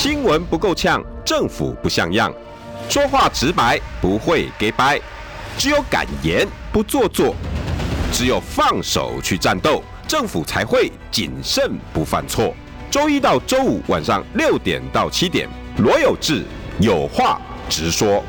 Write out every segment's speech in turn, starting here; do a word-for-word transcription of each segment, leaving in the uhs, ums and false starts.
新闻不够呛，政府不像样，说话直白，不会给掰，只有敢言不做作，只有放手去战斗，政府才会谨慎不犯错。周一到周五晚上六点到七点，罗有志有话直说。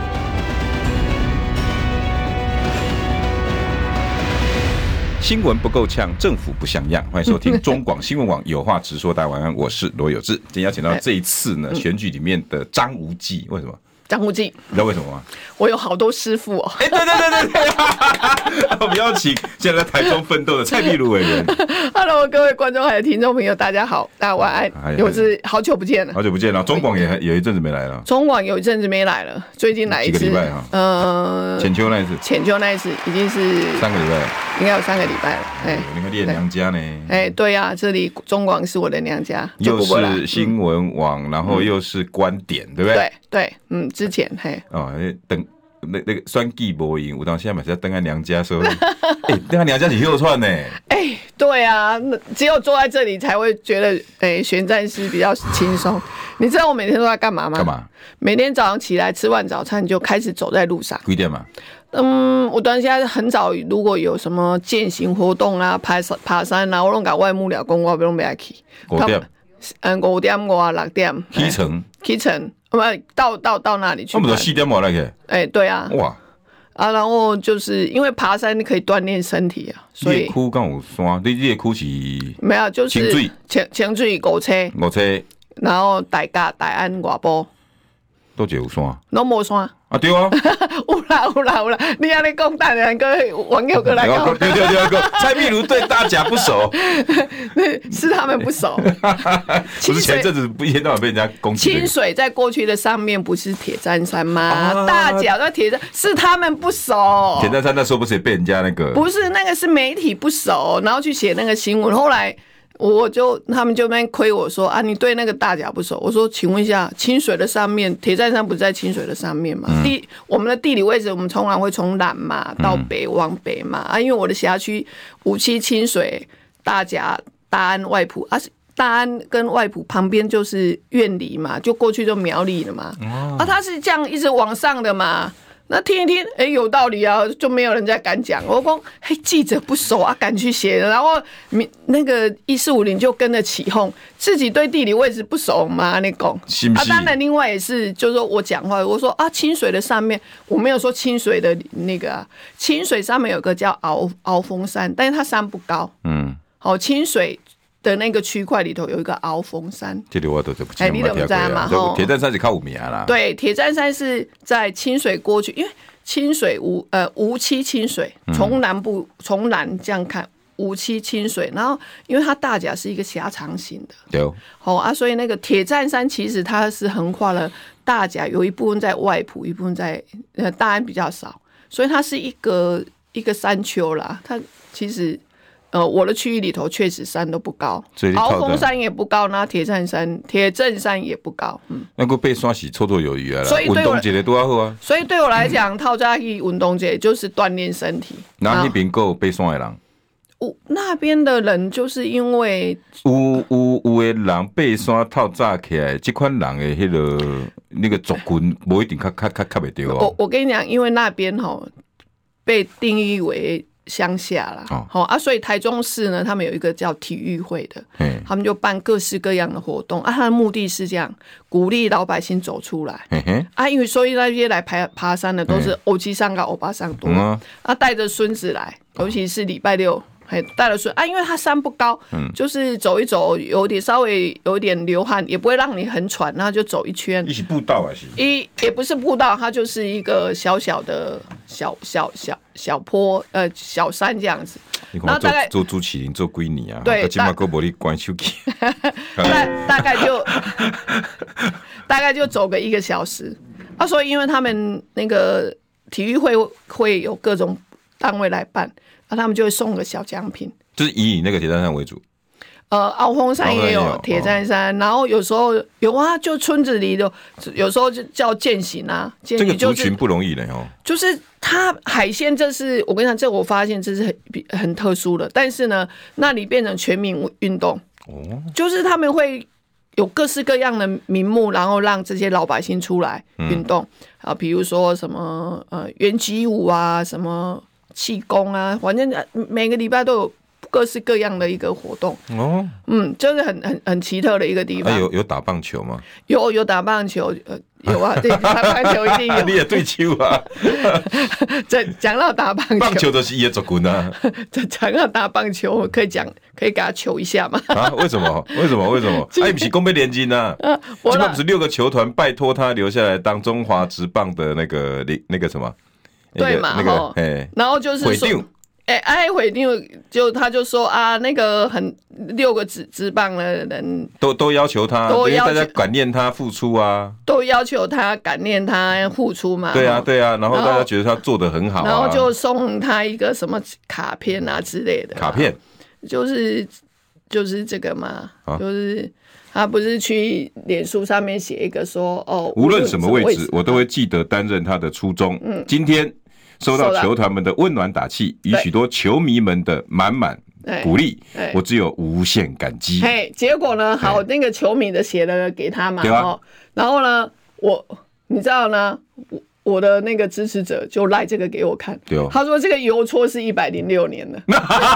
新闻不够呛，政府不像样。欢迎收听中广新闻网有话直说。大家晚安，我是罗有志。今天邀请到这一次呢、嗯、选举里面的张无忌，为什么？ 张无忌， 你知道为什么吗？ 我有好多师傅哦。 哎、欸，对对对对对，我们邀请现在在台中奋斗的蔡壁如委员。 Hello， 各位观众还有听众朋友，大家好，大家晚安。有是好久不见了， 好久不见了。中广也有一阵子没来了。 中广有一阵子没来了，最近来一次。 几个礼拜哈？ 呃， 浅秋那一次。 浅秋那一次已经是三个礼拜， 应该有三个礼拜了。哎、欸， 你看你的娘家呢？ 哎、欸，对啊，这里中广是我的娘家， 又是新闻网、嗯，然后又是观点，对不对？ 对对，嗯，之前嘿。 哦，等那那个选举无赢，有当现在嘛是要等在娘家说，哎、欸，等在娘家是右串呢。 哎、欸，对啊，只有坐在这里才会觉得，哎、欸，选战是比较轻松。你知道我每天都在干嘛吗？ 干嘛？每天早上起来吃完早餐就开始走在路上。 几点嘛？ 嗯，我当下很早，如果有什么健行活动啊、爬爬山啊，我拢甲外幕僚讲，我不用不要去。 五点。 嗯，五点我六点。 起床。 起床。我们到到到那里去？ 我们都四点我来去。 哎、欸，对啊。 哇！ 啊，然后就是因为爬山可以锻炼身体啊，所以。 夜区敢有山？你夜区是？ 没有，就是清水。 清清水五车。 五车。 然后大甲大安外埔。 都一有山？ 拢无山。 啊，对啊。 有啦有啦有啦，你安尼讲，当然各位网友过来讲。 对对对对，蔡壁如对大甲不熟， 是他们不熟。 不是前阵子一天到晚被人家攻击、 这個。清水在过去的上面不是铁砧山吗？啊、大甲在铁砧，是他们不熟。 铁砧山那时候不是也被人家那个？ 不是，那个是媒体不熟，然后去写那个新闻，后来。我就他们就那边亏我说啊，你对那个大甲不熟。我说，请问一下，清水的上面，铁砧山不是在清水的上面吗？嗯、地我们的地理位置，我们通常会从南嘛到北往北嘛、嗯、啊，因为我的辖区五期、清水、大甲、大安、外埔啊，大安跟外埔旁边就是苑里嘛，就过去就苗栗了嘛、哦、啊，它是这样一直往上的嘛。那听一听，哎、欸，有道理啊，就没有人再敢讲。我说，嘿，记者不熟啊，敢去写，然后那个一四五零就跟着起哄，自己对地理位置不熟嘛，你讲啊？当然，另外也是，就是说我讲话，我说啊，清水的上面，我没有说清水的那个、啊，清水上面有个叫鳌鳌峰山，但是它山不高，嗯，好，清水。的那个区块里头有一个鳌峰山， 这个我都不清楚。 哎，你都不知道嘛？ 吼，铁砧山是靠有名啦。 对，铁砧山是在清水过去，因为清水无呃无期清水，从南部从南这样看无期清水，然后因为它大甲是一个狭长型的， 对， 好啊，所以那个铁砧山其实它是横跨了大甲，有一部分在外埔，一部分在呃大安比较少，所以它是一个一个山丘啦，它其实。呃，我的区域里头确实山都不高，鳌峰山也不高，那铁砧山、铁砧山也不高。嗯， 那个被刷洗绰绰有余啊，所以运动节的多好啊。 所以对我来讲，透早去运动节就是锻炼身体。 那那边够被刷的人， 有那边的人就是因为有有有的人被刷透早起来，这款人的迄个那个族群不一定较较较较袂到。 我我跟你讲，因为那边吼被定义为。乡下啦，好、哦、啊，所以台中市呢，他们有一个叫体育会的，他们就办各式各样的活动啊。他的目的是这样，鼓励老百姓走出来啊。因为所以那些来爬爬山的都是欧七上跟欧巴上多、嗯、啊，带着孙子来，尤其是礼拜六。还带了水啊，因为它山不高，嗯，就是走一走，有点稍微有点流汗，也不会让你很喘，然后就走一圈。 一起步道还是？ 一也不是步道，它就是一个小小的小小小小坡，呃，小山这样子。 然后大概做朱启林做几年啊？ 对， 起码够无你关手机。 大大概就大概就走个一个小时啊，所以因为他们那个体育会会有各种单位来办。啊，他们就会送个小奖品， 就是以你那个铁砧山为主。 呃，鳌峰山也有铁砧山、哦，然后有时候有啊，就村子里的，有时候就叫健行啊。 这个族群不容易的哦。 就是它海鲜，这是我跟你讲，这我发现这是很很特殊的，但是呢，那里变成全民运动。哦，就是他们会有各式各样的名目，然后让这些老百姓出来运动、嗯、啊，比如说什么呃圆击舞啊，什么气功啊，反正每个礼拜都有各式各样的一个活动哦，嗯，就是很很很奇特的一个地方。 啊、有有打棒球吗？ 有有打棒球，呃，有啊，对，打棒球一定有。 你也对球啊？ 这讲到打棒球， 棒球都是野足棍啊。 这讲到打棒球，可以讲可以给他求一下吗？ 啊？为什么？为什么？为什么？哎、啊，不是公杯联金啊？基本上不是六个球团拜托他留下来当中华职棒的那个那个什么？ 对嘛？那个，哎，然后就是说。哎、欸，哎，回定就他就说啊，那个很六个职职棒的人都都要求他，都要求大家感念他付出啊， 都要求他感念他付出嘛。 对啊，对啊，然后大家觉得他做得很好、啊， 然后就送他一个什么卡片啊之类的。 卡片就是就是这个嘛，啊、就是他不是去脸书上面写一个说哦， 无论什么位置，我都会记得担任他的初衷。嗯，今天。收到球团们的温暖打气，与许多球迷们的满满鼓励，我只有无限感激。 嘿，结果呢？好，那个球迷的写了给他嘛，啊、然后呢，我你知道呢，我我的那个支持者就赖这个给我看， 对哦、 他说这个邮戳是一百零六年的，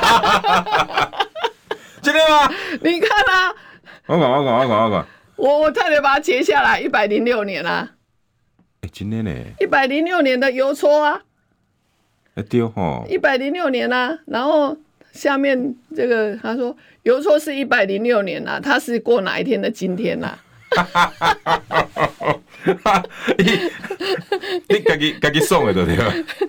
真的吗？ 你看啊， 我讲我讲我讲我讲， 我我差点把它截下来，一百零六年啊， 哎、欸，今天呢？ 一百零六年的邮戳啊。 对吼， 一百零六年啊，然后下面这个他说邮戳是一百零六年啊，他是过哪一天的今天啊？ 你你自己自己送的对吧？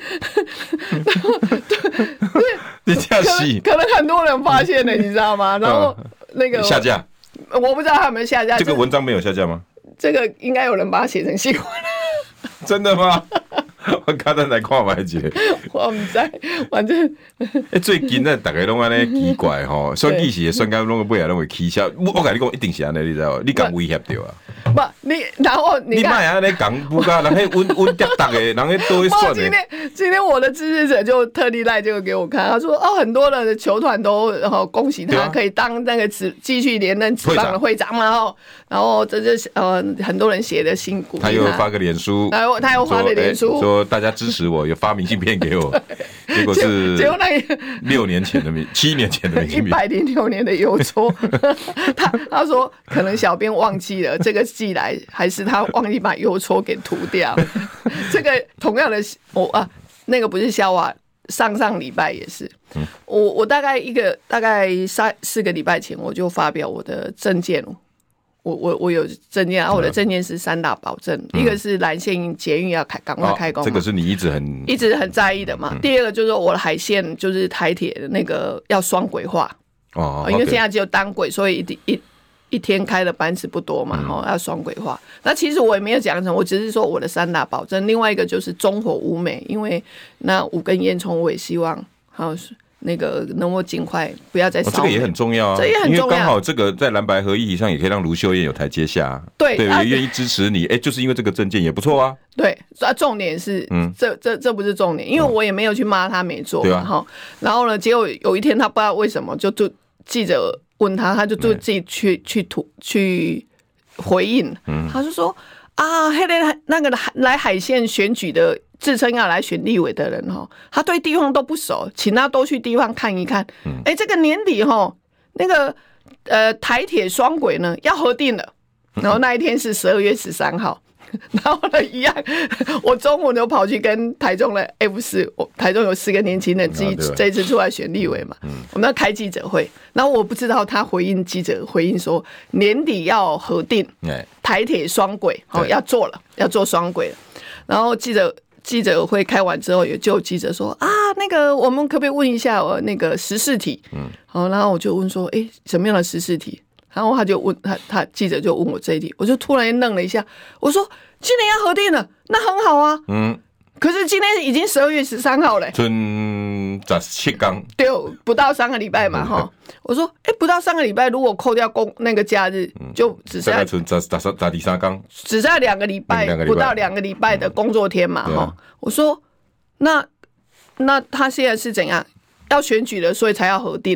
你这样是可能很多人发现了，你知道吗？然后那个下架， 我不知道他有没有下架。 这个文章没有下架吗？ 这个应该有人把它写成新闻。 真的吗？我刚才来看买一个， 我唔知，反正欸、最近呢，大家拢安尼奇怪吼，选举时选到拢尾啊，拢会起笑。我我跟你讲，一定是安尼，你知道？你敢威胁到啊？ 不，你然后你你卖安尼讲不噶，人迄稳稳跌跌的，人迄都会算的。 今天今天我的支持者就特地赖这个给我看，他说哦，很多的球团都哦恭喜他可以当那个职继续连任职棒的会长嘛哦，然后这就是呃很多人写的辛苦。 他又发个脸书， 然后他又发个脸书、 欸、说大家支持我，有发明信片给我，结果是结果那个六年前的明，七年前的明信片， 一百零六年的邮戳。他他说可能小编忘记了这个寄来，还是他忘记把邮戳给涂掉。这个同样的，我啊那个不是笑话，上上礼拜也是。嗯、我我大概一个大概三四个礼拜前，我就发表我的政见。我我我有政见啊，我的政见是三大保证，嗯、一个是蓝线捷运要开赶快开工、哦， 这个是你一直很一直很在意的嘛。嗯、第二个就是我的海线就是台铁的那个要双轨化哦，因为现在只有单轨，所以一一一天开的班次不多嘛，哦、嗯，要双轨化。那其实我也没有讲成，我只是说我的三大保证。另外一个就是中火五美，因为那五根烟囱我也希望好。那个能够尽快不要再烧、哦， 这个也很重要啊， 这也很重要， 因为刚好这个在蓝白合议题上也可以让卢秀燕有台阶下， 对， 对，也愿意支持你，哎、欸，就是因为这个政见也不错啊。 对，啊，重点是，嗯，这这这不是重点，因为我也没有去骂他没做嘛，哈、啊，然后呢，结果有一天他不知道为什么就就记者问他，他就就自己去、嗯、去吐去回应，嗯，他就说啊，那个那个来海线选举的。自称要来选立委的人哈，他对地方都不熟，请他都去地方看一看。哎、嗯欸，这个年底哈，那个呃台铁双轨呢要核定了，然后那一天是十二月十三号，然后呢一样，我中午就跑去跟台中的 F 四，台中有四个年轻人自己这一次出来选立委嘛，嗯、我们要开记者会，然后我不知道他回应记者回应说年底要核定台铁双轨，哦要做了，要做双轨了，然后记者。记者会开完之后，也就有记者说啊，那个我们可不可以问一下我那个时事题？嗯，好，然后我就问说，哎、欸，什么样的时事题？然后他就问他，他记者就问我这一题，我就突然愣了一下，我说今年要核定了，那很好啊，嗯，可是今天已经十二月十三号嘞， 剩十七天， 对，不到三个礼拜嘛，哈、嗯，我说，哎、欸，不到三个礼拜，如果扣掉公那个假日，嗯、就只剩下剩十十十十三天， 只剩下两个礼拜，不到两个礼拜的工作天嘛，哈、嗯，我说，那那他现在是怎样？要选举了，所以才要核定，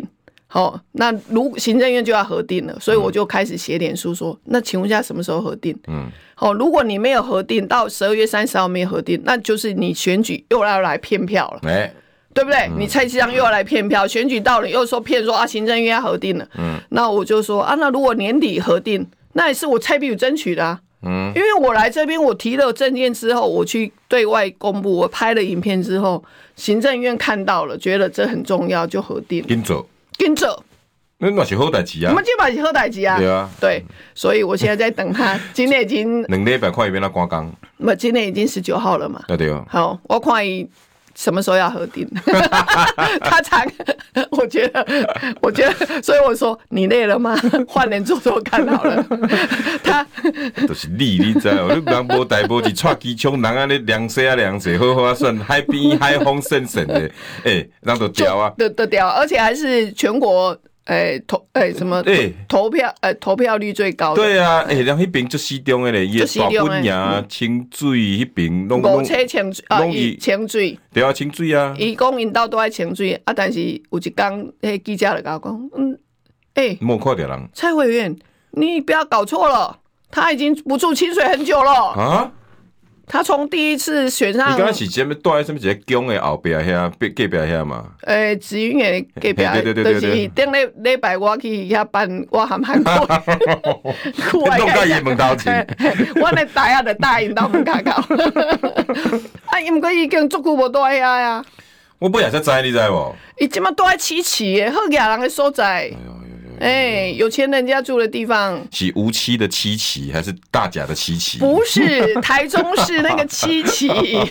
好，那如行政院就要核定了，所以我就开始写脸书说，那请问一下什么时候核定？嗯，好，如果你没有核定，到十二月三十号没有核定，那就是你选举又要来骗票了，哎，对不对？嗯、你蔡市长又要来骗票，选举到了又说骗说啊，行政院要核定了，嗯，那我就说啊，那如果年底核定，那也是我蔡壁如争取的啊。嗯，因为我来这边，我提了政见之后，我去对外公布，我拍了影片之后，行政院看到了，觉得这很重要，就核定。 跟走， 跟走， 那那是好代志啊。 我们今晚是好代志啊。对啊，对，所以我现在在等他。今天已经两礼拜快一边他关工。 不，今天已经十九号了嘛。 对对。 好，我看伊什么时候要核定？他常，我觉得，我觉得，所以我说你累了吗？换人做做看好了。他就是你，你知道，你人无代无志，踹机枪，人安尼凉洗啊凉洗，好好啊算，海边海风神神的，哎、欸，那都屌啊， 都都屌，而且还是全国。哎、欸，投哎、欸、什么投、欸、投票哎、欸、投票率最高的。 对啊，哎、欸，人迄边就西中的嘞，伊大本营、清水迄边拢五车清水啊，伊清水。 对啊，清水啊。 伊讲因兜都爱清水啊，但是有一天，迄记者就甲我讲，嗯，哎、欸， 没看到人。 蔡委员，你不要搞错了，他已经不住清水很久了啊。他从第一次选上， 你刚才是前面住在什么一个宫的后边遐，隔壁遐嘛？ 诶、欸，紫云的隔壁，对对对对，就是顶礼礼拜我去遐办，我含韩国， 户外弄到伊门头前， 我那大下就答应到门口口。啊，因过已经足久无住遐呀。 我本来才知，你知无？ 伊即马住在七期的好野人的所在。哎、欸，有钱人家住的地方是无期的七期还是大甲的七期？ 不是，台中市那个七期。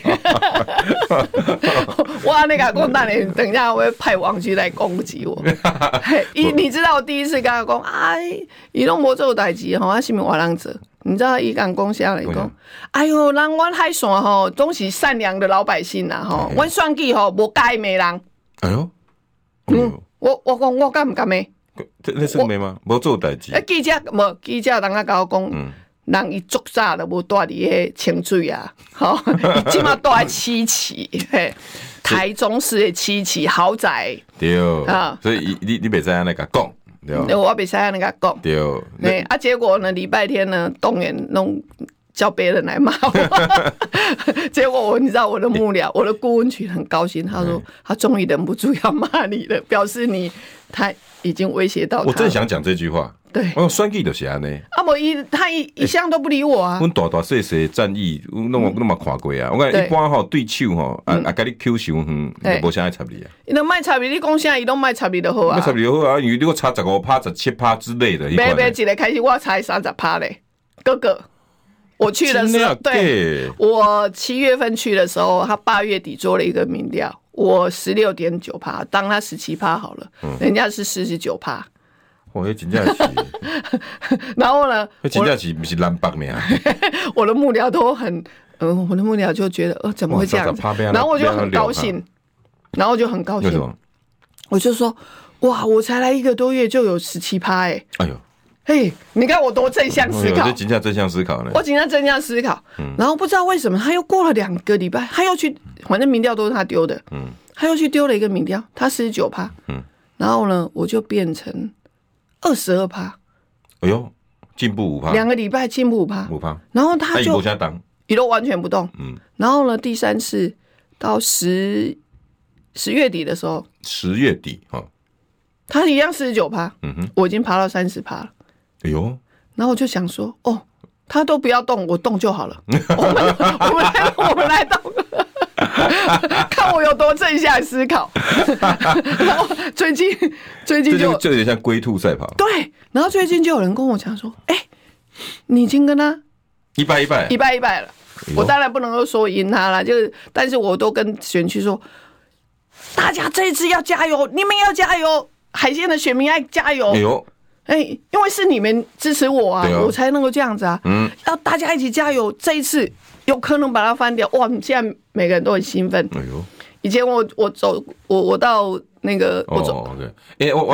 哇，那个公大人，等一下我会派王局来攻击我。你你知道我第一次跟他讲，哎，伊拢无做代志吼，啊，是咪活人做？你知道伊讲讲啥来讲？哎呦，人阮海线吼，都是善良的老百姓呐吼，阮选举吼无介骂人。 哎呦， 嗯，我我讲我敢唔敢骂？ 这那算咩吗？无做代志。 啊，记者无记者，人家甲我讲，嗯、人伊足早都无住伫迄清水啊，吼，伊即马住在七期，嘿，台中市的七期豪宅。 对啊，所以你你袂使安尼甲讲，对。 我袂使安尼甲讲， 对。 对啊，结果呢，礼拜天呢，动员弄叫别人来骂我，结果我你知道我的幕僚，我的顾问群很高兴，他说他终于忍不住要骂你了，表示你他。已经威胁到他。 我正想讲这句话。 对， 我选举就是安尼。 啊，无伊他一一向都不理我啊。 阮大大细细战役，拢我拢嘛看过啊。我讲一般吼对手吼，啊啊，甲你 Q 伤远，无啥爱插你啊。 伊都卖插你，你讲啥伊拢卖插你就好啊。 卖插你就好啊，因为你果差十五趴、十七趴之类的。 别别，一个开始我才三十趴嘞，哥哥。我去的时候，对，我七月份去的时候，他八月底做了一个民调，我十六点九趴，当他十七趴好了，嗯、人家是四十九趴。 哇，那真正是。 然后呢？ 那真正是不是蓝白咩？ 我的幕僚都很，嗯、呃，我的幕僚就觉得，呃，怎么会这样子？然后我就很高兴，然后就很高兴，我就说，哇，我才来一个多月就有十七趴，哎，哎呦。嘿，你看我多正向思考！ 我真正正向思考呢。 我今天正向思考，嗯、然后不知道为什么他又过了两个礼拜，他又去，反正民调都是他丢的，嗯，他又去丢了一个民调，他四十九趴，嗯，然后呢，我就变成二十二趴， 哎呦，进步五趴， 两个礼拜进步五趴， 五趴， 然后他就你都完全不动，嗯，然后呢，第三次到十十月底的时候， 十月底哈， 他一样四十九趴，嗯哼，我已经爬到三十趴了。 哎呦， 然后我就想说，哦，他都不要动，我动就好了。我们我们来动，我们来动，看我有多正向思考。然后最近最近就就有点像龟兔赛跑。 对，然后最近就有人跟我讲说，哎、欸，你已经跟他一败一败， 一败一败了。我当然不能够说赢他了，就是，但是我都跟选区说，大家这一次要加油，你们要加油，海鲜的选民要加油。哎呦。哎、欸，因为是你们支持我啊，哦、我才能够这样子啊。嗯，要大家一起加油，这一次有可能把它翻掉。哇，现在每个人都很兴奋。哎呦，以前我我走我我到那个我走， 哦 ，OK， 哎、欸，我我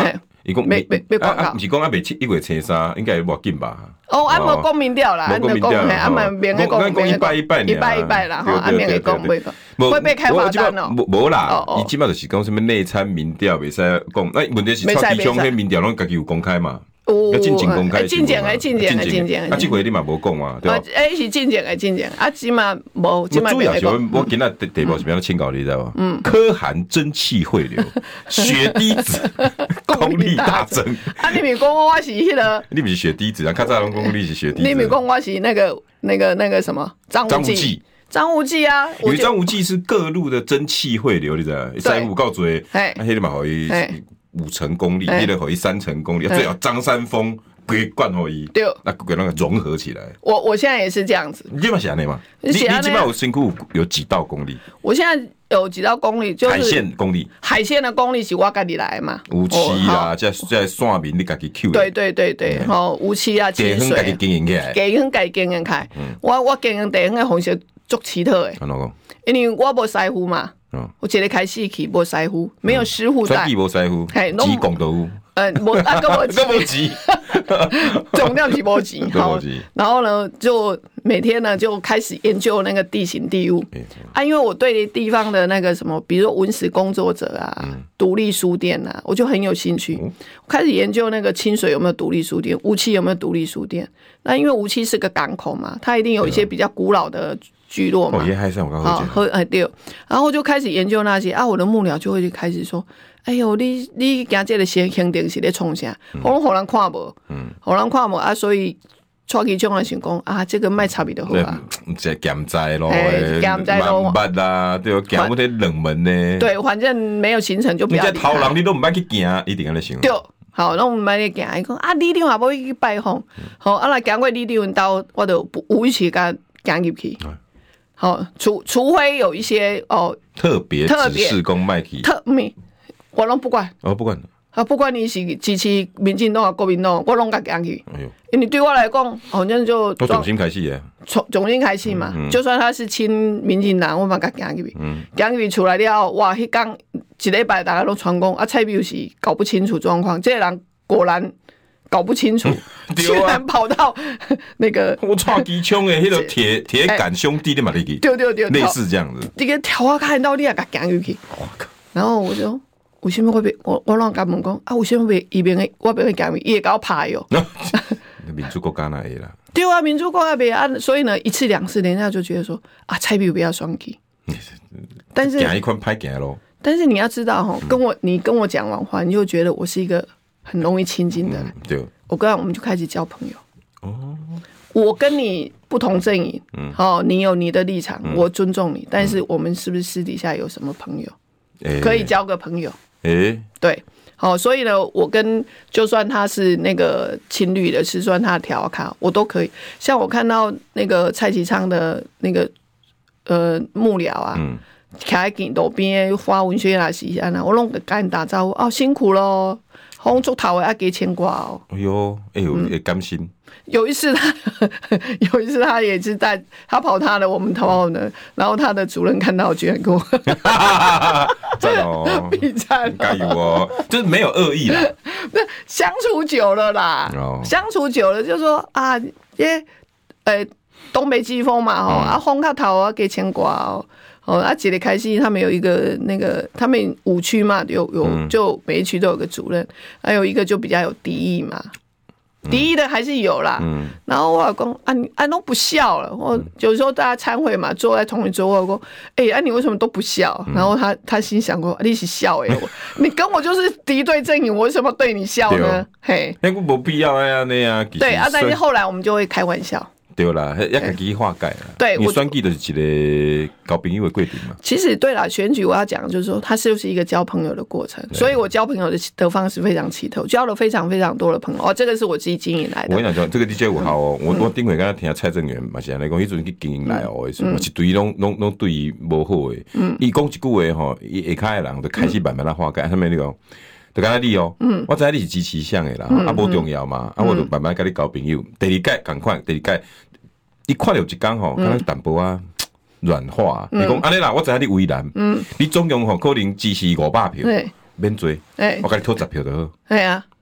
伊讲没没没广告， 不是讲啊，未一月初三，应该无紧吧？ 哦，啊，无讲明了啦， 无讲明了， 啊，嘛免个讲， 讲一拜一拜， 一拜一拜啦，吼，啊，免个讲，袂讲，会被开罚单哦。 无无啦，伊即摆就是讲什么内参民调，袂使讲。那问题是蔡其昌迄民调拢家己有公开嘛？要进前公开， 进前诶，进前诶，进前诶。 啊，即回你嘛无讲嘛，对吧？ 诶，是进前诶，进前。啊，即嘛无，即嘛主要是我今仔题题目是咩？请教你知道吗？嗯，柯韩蒸汽汇流，血滴子功力大增。 啊，你咪讲我是迄个？ 你不是血滴子啊？较早拢讲你是血滴子。 你咪讲我是那个那个那个什么张无忌？张无忌啊！ 因为张无忌是各路的蒸汽汇流，你知道？师傅告诉你，啊，迄个嘛可以。五成功力，你的可以三成功力，最好张三丰归灌后一，对，那给那个融合起来。 我我现在也是这样子。 你基本上那嘛，你你基本上有辛苦有几道功力？ 我现在有几道功力，就是海鲜功力。 海鲜的功力是我自己来嘛， 无期啊，在在线面你自己 Q。 对对对对，好无期啊，清水。 自己经营起来， 自己自己经营开。我我经营地方的方式足奇特诶，因为我无师傅嘛。我一个开始去无师傅，没有师傅在， 无师傅，钱讲都有， 呃，无啊，跟我跟我急， 重点是无急，好，然后呢，就每天呢就开始研究那个地形地物啊，因为我对地方的那个什么，比如说文史工作者啊，独立书店啊，我就很有兴趣，我开始研究那个清水有没有独立书店，无锡有没有独立书店。那因为无锡是个港口嘛，它一定有一些比较古老的聚落嘛。 哦，沿海上我刚刚讲。 好，哎对，然后就开始研究那些啊，我的幕僚就会开始说，哎呦，你你今这个先肯定是咧创啥？我讲互人看无，嗯，互人看无啊，所以蔡其昌的想讲啊，这个卖差别的好啊， 这咸菜咯， 咸菜咯， 慢啦，对，咸嗰啲冷门呢。 对，反正没有行程就不要。 你在头人你都唔捌去行，一定安尼想。 对。好，那我们买咧行，伊讲啊，李长也无去拜访，好，啊来行过李长到，我就有一次甲行入去。好，除除非有一些哦特别指示公卖去， 特咪我拢不管， 哦不管， 啊不管你是支持民进党啊国民党，我拢甲行去。哎呦，因为对我来讲，好像就我重新开始耶， 重重新开始嘛，嗯嗯、就算他是亲民进党，我嘛甲行入去，行入去出来了，哇，迄天。一礼拜大家都传讲啊，蔡壁如是搞不清楚状况，这个人果然搞不清楚，居然跑到那个我蔡其昌的迄个铁铁杆兄弟的嘛，你对对对， 类似这样子。 这个跳啊看到你也甲行入去，然后我就为什么会被我我让他问讲啊？为什么被伊边的我边的行入去，伊会搞拍哟？ 民主国家那啦， 对啊，民主国家别啊，所以呢，一次两次，人家就觉得说啊，蔡壁如不要双击，但是行一款拍行咯。 但是你要知道哈，跟我你跟我讲完话，你就觉得我是一个很容易亲近的人。嗯、对，我跟我们就开始交朋友。哦，我跟你不同阵营，嗯，好，你有你的立场，嗯、我尊重你，但是我们是不是私底下有什么朋友，欸、可以交个朋友？哎、欸，对，好，所以呢，我跟就算他是那个情侣的，是算他调卡，我都可以。像我看到那个蔡其昌的那个呃幕僚啊。嗯，徛喺路边的花文学啦是安那，我拢甲因打招呼哦，辛苦咯，红竹头的要给牵挂哦。 哎呦，哎呦，也甘心。 有一次他，有一次他也是带他跑他的，我们跑呢，然后他的主任看到，居然跟我赞哦， 比赞， 加油哦，就是没有恶意啦。 相处久了啦，哦、相处久了就说啊，耶，呃，东北季风嘛，吼、嗯、啊，红卡头啊给牵挂哦。哦，啊，一个开始他们有一个那个，他们五区嘛，有有就每一区都有个主任，还有一个就比较有敌意嘛，敌意的还是有啦。嗯、然后我老公啊，你啊都不笑了，我有时候大家参会嘛，坐在同一桌，我老公，哎、欸，啊你为什么都不笑？然后他他心想过，你是笑哎、欸，你跟我就是敌对阵营，我为什么对你笑呢？嘿， 那个没必要啊那样。 对啊，但是后来我们就会开玩笑。 对啦，要自己化解啦。对，你选举就是一个交朋友的过程嘛。 其实对啦，选举我要讲就是说，它是不是一个交朋友的过程？所以我交朋友的的方式非常奇特，交了非常非常多的朋友。哦，这个是我自己经营来的。 我跟你讲，这个 D J 有好哦。我我顶回刚才听蔡正元嘛，是安尼讲，迄阵去经营来哦，我一堆拢拢拢对伊无好诶。嗯。伊讲一句话吼，伊下骹诶人就开始慢慢来化解。他们那个。就敢若你哦，嗯、我知你是支持向的啦，嗯、啊无重要嘛，嗯、啊我就慢慢跟你交朋友。第二届同款，第二届，你看到一天吼，敢若淡薄啊软化。嗯、你讲安尼啦，我知你为难，嗯、你总共吼可能支持五百票，免做，欸、我甲你讨十票就好。 系啊，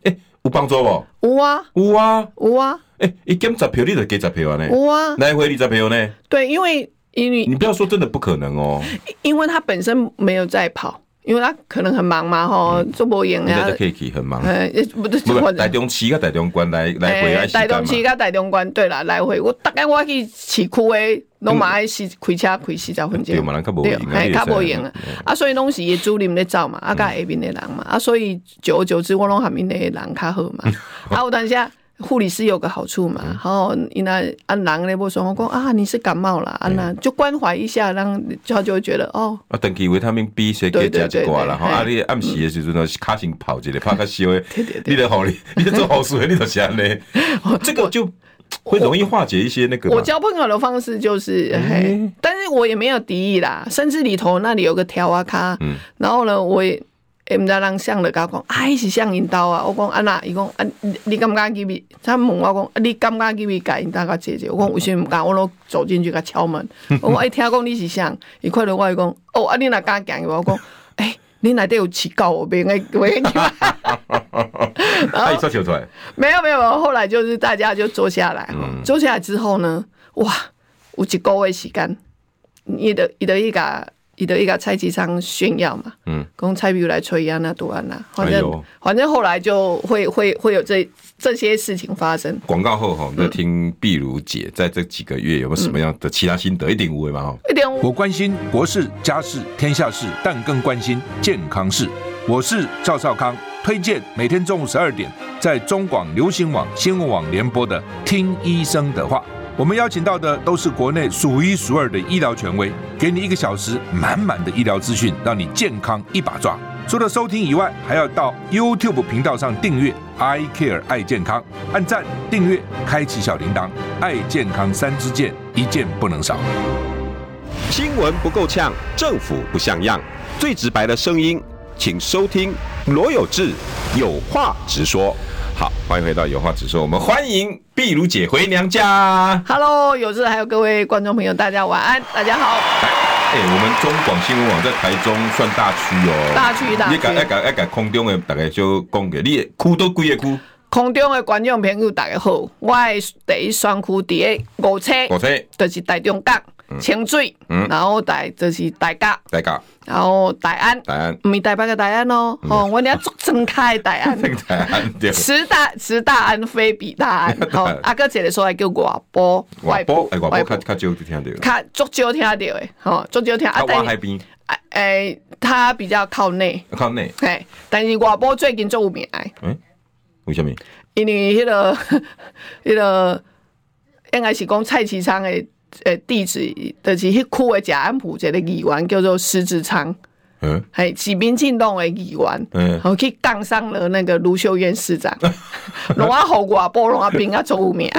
诶，有帮助无？ 有啊， 有啊， 有啊。 诶，伊减十票，你就给十票呢？ 有啊， 来回二十票呢？ 对，因为因为你不要说真的不可能哦， 因为他本身没有在跑。因为他可能很忙嘛，吼，做无用啊。 可以很忙。 呃，不对， 不台中市跟台中关来来回来时间嘛。台中市跟台中关，对啦，来回我大概我去市区的，拢嘛爱是开车开四十分钟。 对嘛，咱较无用啊， 哎，较无用啊。啊，所以拢是伊主任咧走嘛，啊，甲下面的人嘛，啊，所以久而久之，我拢下面的人较好嘛。啊，有当下。护理师有个好处嘛，然后因那啊人咧，我说我讲啊，你是感冒啦，啊那就关怀一下，让他就会觉得哦， 啊，长期维他命 B 先给加一挂啦，吼，啊你暗时的时阵呢，卡先跑一下，跑较烧的，你得好你，你做好事的，你就是安尼，这个就会容易化解一些那个。 我交朋友的方式就是，嘿，但是我也没有敌意啦，甚至里头那里有个条啊卡，然后呢，我也。诶，毋知人想了甲我讲，啊，迄是像因兜啊！我讲安那，伊讲啊，你敢不敢入去？他问我讲，啊，你敢不敢入去甲因兜甲解决？我讲为什么毋敢？我拢走进去甲敲门。我讲，哎，听讲你是像，伊看到我伊讲，哦，啊，你若敢行？我讲，哎，你内底有饲狗有病诶，我跟你讲。 他一说求出来， 没有没有，后来就是大家就坐下来，嗯、坐下来之后呢，哇，有一个月时间，伊的伊的伊个。伊就伊甲蔡其昌炫耀嘛，嗯，讲蔡壁如来吹安那多安那，反正、哎、反正后来就会会会有这这些事情发生。 广告后哈，我们在听壁如姐在这几个月有没有什么样的其他心得？一定有的嘛哈， 一定有。 我关心国事、家事、天下事，但更关心健康事。我是赵少康，推荐每天中午十二点在中广流行网、新闻网联播的《听医生的话》。我们邀请到的都是国内数一数二的医疗权威，给你一个小时满满的医疗资讯，让你健康一把抓。除了收听以外，还要到 YouTube 频道上订阅 I Care 爱健康，按赞、订阅、开启小铃铛，爱健康三支箭，一件不能少。 新闻不够呛，政府不像样，最直白的声音，请收听罗有志有话直说。 好，欢迎回到有话直说，我们欢迎壁如姐回娘家。 Hello， 有志还有各位观众朋友，大家晚安，大家好。 哎、欸，我们中广新闻网在台中算大区哦， 大区大区。 你甲要甲要甲空中的大家就讲个，你区都几个区？ 空中的观众朋友大家好，我的第一选区伫个五车， 五车就是台中港、清水，嗯、然后台就是台甲， 台甲。 然后台安， 台安， 唔是台北嘅台安哦，吼、嗯，我哋做真开台安， 台安对， 慈大慈大安非彼大安，吼，啊个一个所谓叫外埔， 外埔，哎，外埔较较少听到， 较足少听到嘅，吼，足少听。 啊，往海边， 诶，它比较靠内， 靠内， 嘿，但是外埔最近做有名诶， 嗯，为什么？ 因为迄个迄个应该是讲蔡其昌诶。诶，地址就是迄区的食安埔一个议员叫做施志昌，嗯，系是民进党的议员，嗯，然后去杠上了那个卢秀燕市长，拢啊好外埔，拢啊兵啊做有名。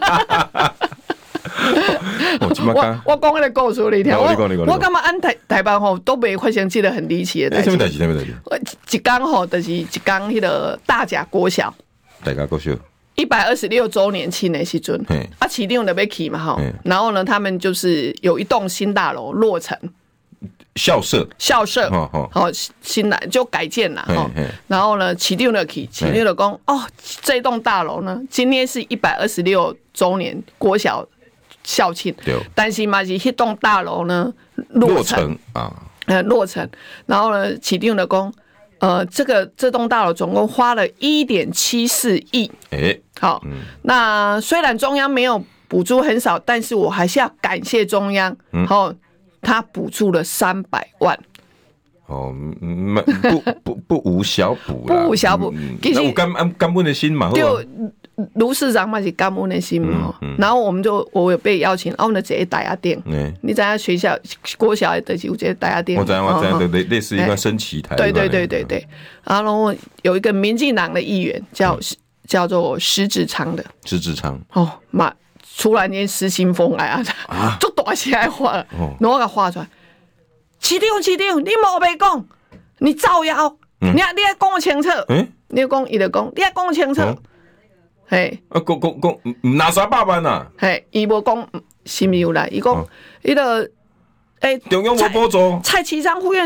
我我讲迄个故事你听，我我感觉按台台湾吼都袂发生这个很离奇的代志。 什么代志？什么代志？ 一天吼，就是一天迄个大甲国小， 大甲国小。 一百二十六周年庆的时阵，啊，市长就要去嘛哈，然后呢，他们就是有一栋新大楼落成， 校舍， 校舍，好、哦、新来就改建了哈，然后呢，市长就去，市长就讲，哦，这栋大楼呢，今天是一百二十六周年国小校庆，但是嘛是迄栋大楼呢落成啊，呃落成，然后呢，市长就讲。呃，这个这栋大楼总共花了一点七四亿，哎，好，嗯、那虽然中央没有补助很少，但是我还是要感谢中央，嗯，好，他补助了三百万， 哦，不不不无小补啦， 不无小补， 其实有感感感恩的心嘛， 就卢市长嘛是感恩的心嘛，嗯嗯、然后我们就我有被邀请，哦，我们直接打压店，嗯、你知道学校国小的就直接打压店， 我知道我知道，类类似一个升旗台， 对对对对对，然后有一个民进党的议员叫、嗯、叫做施志昌的， 施志昌， 哦妈，突然间失心疯来啊，就大起来画了，然后我给画出来，市长市长，你冇白讲，你造谣，嗯、你你要讲清楚，嗯、你要讲伊就讲，你要讲清楚。嗯嘿， 啊，讲讲讲，唔拿三百万呐！ 嘿，伊无讲是毋是有啦？伊讲，伊个，诶， 中央无补助， 蔡其昌副院长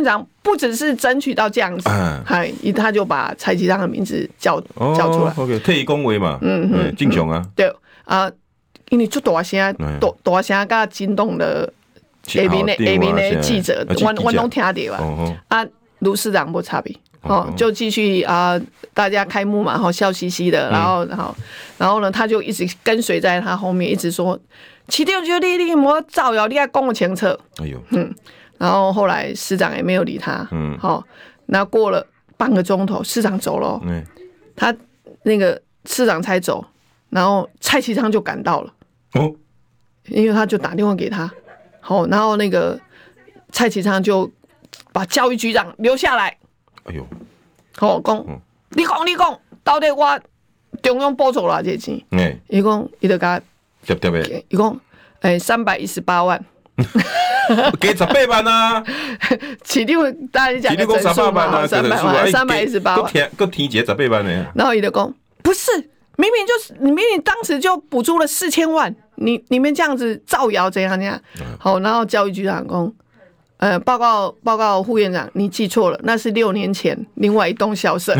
不只是争取到这样子，还、嗯、他就把蔡其昌的名字叫、哦、叫出来 ，OK， 替伊恭维嘛，嗯嗯，正常啊， 对啊，因为就大声，大大声甲惊动了下面的下面的记者，我我拢听到啊，哦、啊，卢市长无差别。哦，就继续啊、呃，大家开幕嘛，哈，笑嘻嘻的，然后，然后，然后呢，他就一直跟随在他后面，一直说，市长就你你莫造谣，你要讲我清楚。哎呦，嗯，然后后来市长也没有理他，嗯，好、哦，那过了半个钟头，市长走了，嗯，他那个市长才走，然后蔡其昌就赶到了，哦，因为他就打电话给他，好、哦，然后那个蔡其昌就把教育局长留下来。哎呦，好讲，你讲你讲，到底我中央补助偌济钱？哎，伊讲伊就甲， 对对的， 伊讲，诶，三百一十八万， 给十八万啊！ 起定大家讲个整数嘛，三百万，三百一十八万， 个提节十八万呢。 然后伊就讲，不是，明明就是你明明当时就补助了四千万，你你们这样子造谣怎样怎样？好，然后教育局长讲。呃，报告报告副院长，你记错了，那是六年前另外一栋校舍。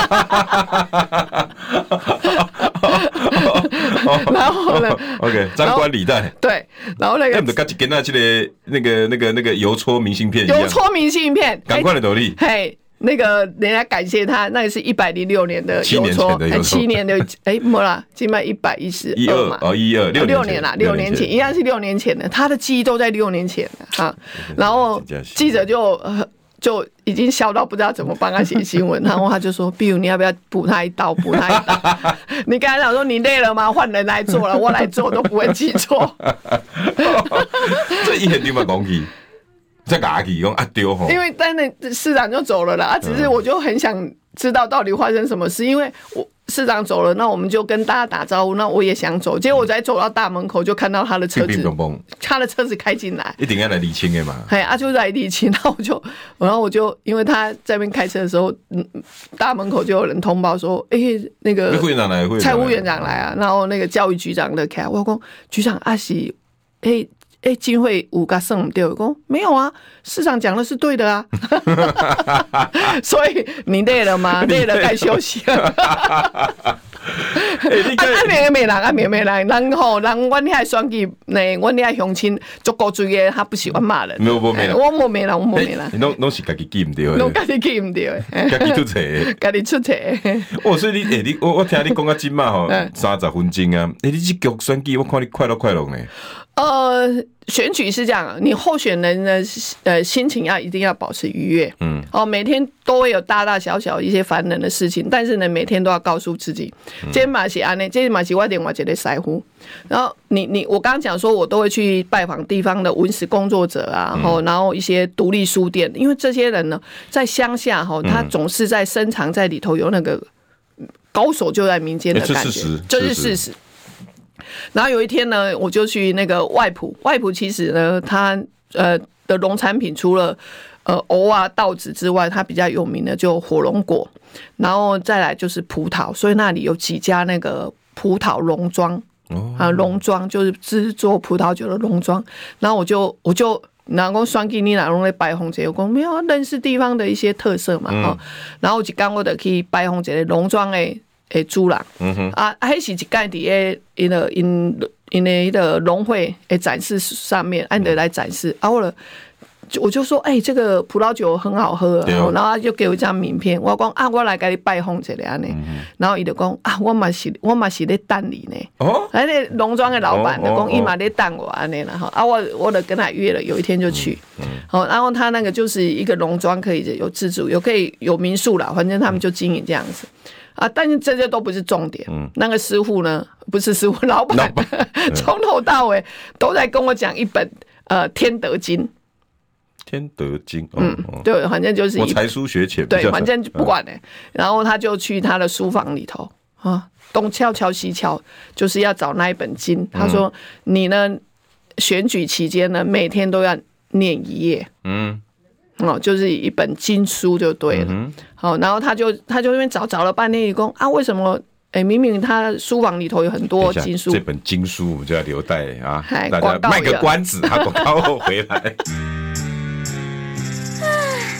然后呢 ？OK， 张冠李戴。 对，然后那个， 那跟跟那这个那个那个那个邮戳明信片一样， 邮戳明信片， 赶快的努力。 嘿。那个人家感谢他，那个是一百零六年的邮戳，七年的哎，没啦，今麦一百一十二嘛， 哦，一二六六年啦，六年前一样是六年前的，他的记忆都在六年前的哈。然后记者就、呃、就已经笑到不知道怎么帮他写新闻，然后他就说：“比如你要不要补他一刀，补他一刀？”你刚才讲说你累了吗？换人来做了，我来做都不会记错。 这一点都没讲起。在牙起用啊丢吼， 因为但那市长就走了啦，啊，只是我就很想知道到底发生什么事，因为我市长走了，那我们就跟大家打招呼，那我也想走，结果我才走到大门口就看到他的车子， 乒乒乓乓他的车子开进来， 一定要来厘清的嘛， 哎，啊就来厘清，然后我就，然后我就因为他在那边开车的时候，嗯，大门口就有人通报说，哎、欸，那个副院长来， 蔡副院长来啊，然后那个教育局长的开，我讲局长阿喜，哎、欸。哎、欸，金会五个剩对，我讲没有啊，市长讲的是对的啊，所以你累了吗？累了该休息了。啊，啊，没没人，啊，没没人，人吼，人阮遐选举，呢，阮遐乡亲足够注意，他不喜欢骂人。 没有，没人， 我冇没人，我冇没人。 你拢拢是家己记唔对， 拢家己记唔对， 家己出错， 家己出错。 哦，所以你，诶，你我我听你讲啊，今嘛吼，三十分钟啊，诶，你这局选举，我看你快乐快乐呢。 呃，选举是这样，你候选人的呃心情要一定要保持愉悦，嗯，哦，每天都会有大大小小一些烦人的事情，但是呢，每天都要告诉自己，今天嘛是安内，今天嘛是我点我觉得腮乎。然后你你我刚刚讲说，我都会去拜访地方的文史工作者啊，然后然后一些独立书店，因为这些人呢，在乡下哈，他总是在深藏在里头有那个高手就在民间的感觉，这是事实。然后有一天呢，我就去那个外埔，外埔其实呢，它呃的农产品除了呃藕啊、稻子之外，它比较有名的就火龙果，然后再来就是葡萄，所以那里有几家那个葡萄农庄啊，农庄就是制作葡萄酒的农庄。然后我就我就然后选举你哪拢在拜访这个，我讲没有认识地方的一些特色嘛，哈、嗯。然后我就刚我就去拜访这个农庄的。诶，主人，嗯啊，迄是一届伫诶，因个因因诶，迄个农会诶展示上面，按着来展示。啊，我了，我就说，哎、欸，这个葡萄酒很好喝，然后他就给我一张名片，我讲啊，我来给你拜访一下安尼。然后伊就讲啊，我嘛是我嘛是咧等你呢。哦，那个农庄的老板就讲，伊嘛咧等我安尼啦哈。啊，我我就跟他约了，有一天就去。好，然后他那个就是一个农庄，可以有自助，有可以有民宿啦，反正他们就经营这样子。啊，但是这些都不是重点。嗯，那个师傅呢，不是师傅，老板，从头到尾都在跟我讲一本呃《天德经》。 天德经，哦、 嗯，对，反正就是我才疏学浅， 对，反正不管呢、欸。然后他就去他的书房里头啊，东敲敲西敲，就是要找那一本经。他说：“你呢，选举期间呢，每天都要念一页。”嗯。哦，就是一本经书就对了。嗯、好，然后他就他就那边找找了半天，讲啊，为什么？哎、欸，明明他书房里头有很多经书， 这本经书我们就要留待啊，大家卖个关子，啊，广告后回来。 小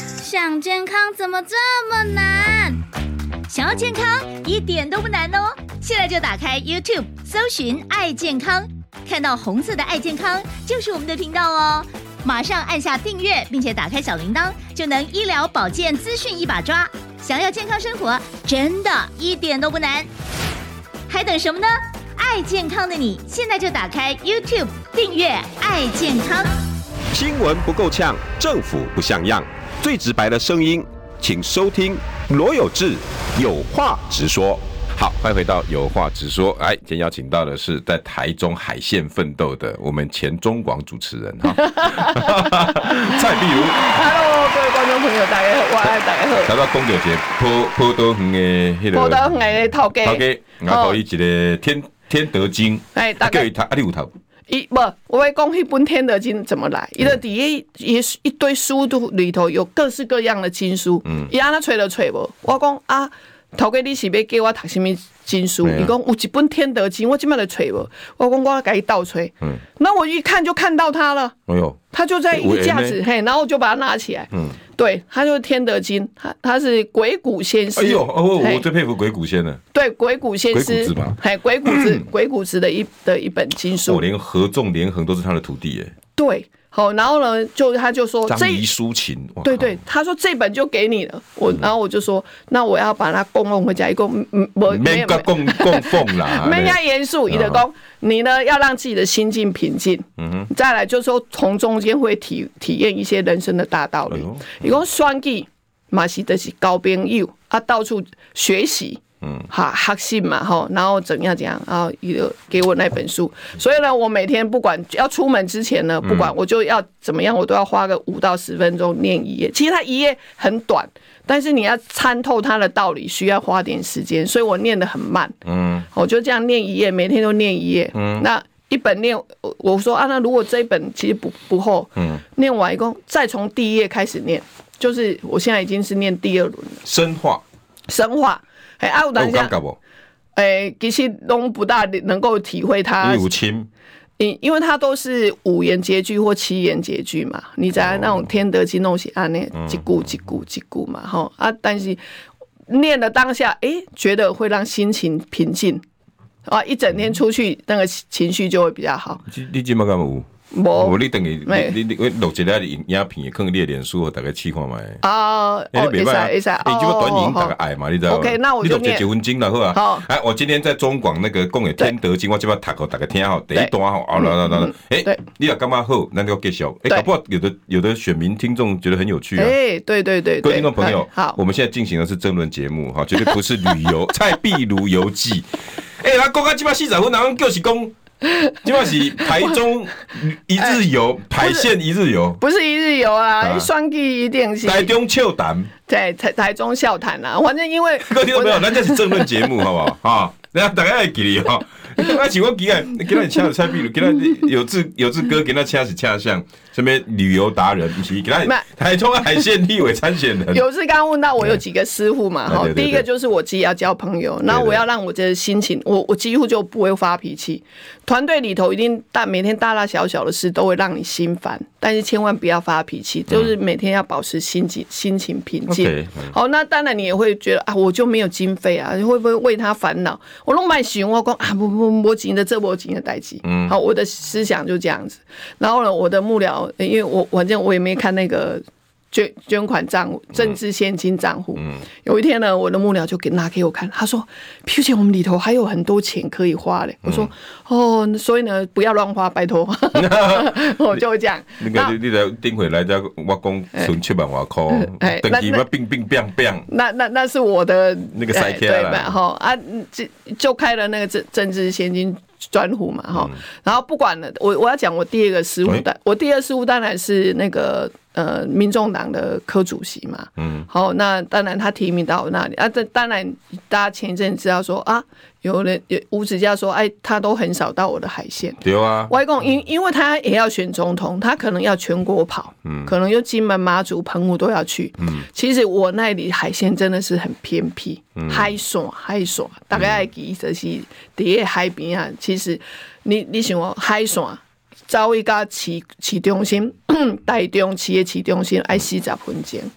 想健康怎么这么难？想要健康一点都不难哦！现在就打开 YouTube 搜寻爱健康，看到红色的爱健康就是我们的频道哦。马上按下订阅，并且打开小铃铛，就能医疗保健资讯一把抓。想要健康生活，真的一点都不难，还等什么呢？爱健康的你，现在就打开 YouTube 订阅爱健康。 新闻不够呛，政府不像样，最直白的声音，请收听罗有志有话直说。 好，欢迎回到有话直说。哎，今天邀请到的是在台中海线奋斗的我们前中广主持人哈，蔡碧如。 Hello， 各位观众朋友，大家好，我爱大家好。 谈到讲到一个坡坡道园的迄个， 坡道园的头家， 头家，然后伊一个天天德经，哎，大概他阿里有头。 一不，我要讲迄本《天德经》怎么来？伊的底下一一堆书里头有各式各样的经书，嗯，伊安那揣都揣无。我讲啊。头家你是要叫我读什么经书？伊讲、啊、有一本《天德经》，我今麦就揣无。我讲我给伊倒揣，嗯，那我一看就看到它了。哎呦，它就在一架子，嘿，然后我就把它拿起来。嗯，对，它就是《天德经》，它它是鬼谷先师。 哎呦，哦，我最佩服鬼谷先了。 对，鬼谷先师，鬼谷子嘛，嘿，鬼谷子，鬼谷子的一的一本经书。 我、哦、连合纵连横都是他的徒弟耶。 对。好，然后呢，就他就说张仪抒情， 对对，他说这本就给你了，我、嗯、然后我就说，那我要把它供奉回家，一共我没有供供奉啦， 没要严肃，你的供，你呢要让自己的心境平静，嗯哼，再来就是说从中间会体体验一些人生的大道理，一共选举嘛是的是交朋友啊，到处学习。嗯，好，学习嘛，哈，然后怎样怎样，然后有给我那本书，所以呢，我每天不管要出门之前呢，不管我就要怎么样，我都要花个五到十分钟念一页。其实它一页很短，但是你要参透它的道理，需要花点时间，所以我念得很慢。嗯，我就这样念一页，每天都念一页。嗯，那一本念，我说啊，那如果这一本其实不不厚，嗯，念完一共再从第一页开始念，就是我现在已经是念第二轮了。 深化， 深化。哎，啊，有当下，哎，其实都不大能够体会它。 有亲， 因因为它都是五言节句或七言节句嘛，你在那种天德经弄起啊，那一句一句一句嘛，哈啊，但是念的当下，哎、欸，觉得会让心情平静啊，一整天出去那个情绪就会比较好。 你你今麦干嘛有？无，你等于你你你录一个影片，放你的脸书，大概试看卖。啊，哦，会使会使，你这个短影大概爱嘛，你知道吗 ？OK， 那我就念结婚经了，好啊。好，哎，我今天在中广那个讲的《天德经》，我这边读给大家听好，第一段好，好了了了。哎，你也干嘛好？那就继续。哎，搞不好有的有的选民听众觉得很有趣啊。 哎，对对对， 各位听众朋友，好，我们现在进行的是政论节目哈，绝对不是旅游蔡壁如游记。哎，他讲到这边四十分，然后就是讲。基本是台中一日游，海线一日游， 不是一日游啊，双季一定是台中笑谈， 对，台台中笑谈啊，反正因为各位听众朋友，咱这是政论节目，好不好？哈，大家大家会记哩哈。那请问今日今日请的蔡壁如，今日有志有志哥，今日请是请像什么旅游达人，不是今日台中海线立委参选人。 有志刚问到我有几个师傅嘛，哈，第一个就是我自己要交朋友，然后我要让我的心情，我我几乎就不会发脾气。团队里头一定大每天大大小小的事都会让你心烦，但是千万不要发脾气，就是每天要保持心情心情平静。Okay, 好，那当然你也会觉得啊，我就没有经费啊，你会不会为他烦恼？我拢卖想我讲啊，不不没钱的这没钱的代志。嗯，好，我的思想就这样子。然后呢，我的幕僚，因为我反正我也没看那个。捐捐款账户、政治现金账户、嗯。有一天呢，我的幕僚就给拿给我看，他说：“皮姐，我们里头还有很多钱可以花嘞。”我说：“哦，所以呢，不要乱花，拜托。”我就这样。 那个你你来顶回来，再我讲存七万外块，等于我冰冰冰冰。 那那那是我的那个塞开了， 对吧？哈啊，就就开了那个政政治现金专户嘛，哈、嗯。然后不管了，我我要讲我第二个师傅，欸、我第二师傅当然是那个。呃，民众党的柯主席嘛，嗯，好，那当然他提名到我那里啊，这当然大家前一阵知道说啊，有人有吴子嘉说，哎，他都很少到我的海线， 对啊， 外公因因为他也要选总统，他可能要全国跑，嗯，可能有金门、马祖、澎湖都要去，嗯，其实我那里海线真的是很偏僻，嗯、海线海线，大概爱记就是伫个海边啊，其实你你想我海线。走一家市市中心，台中市的市中心爱四十分钟。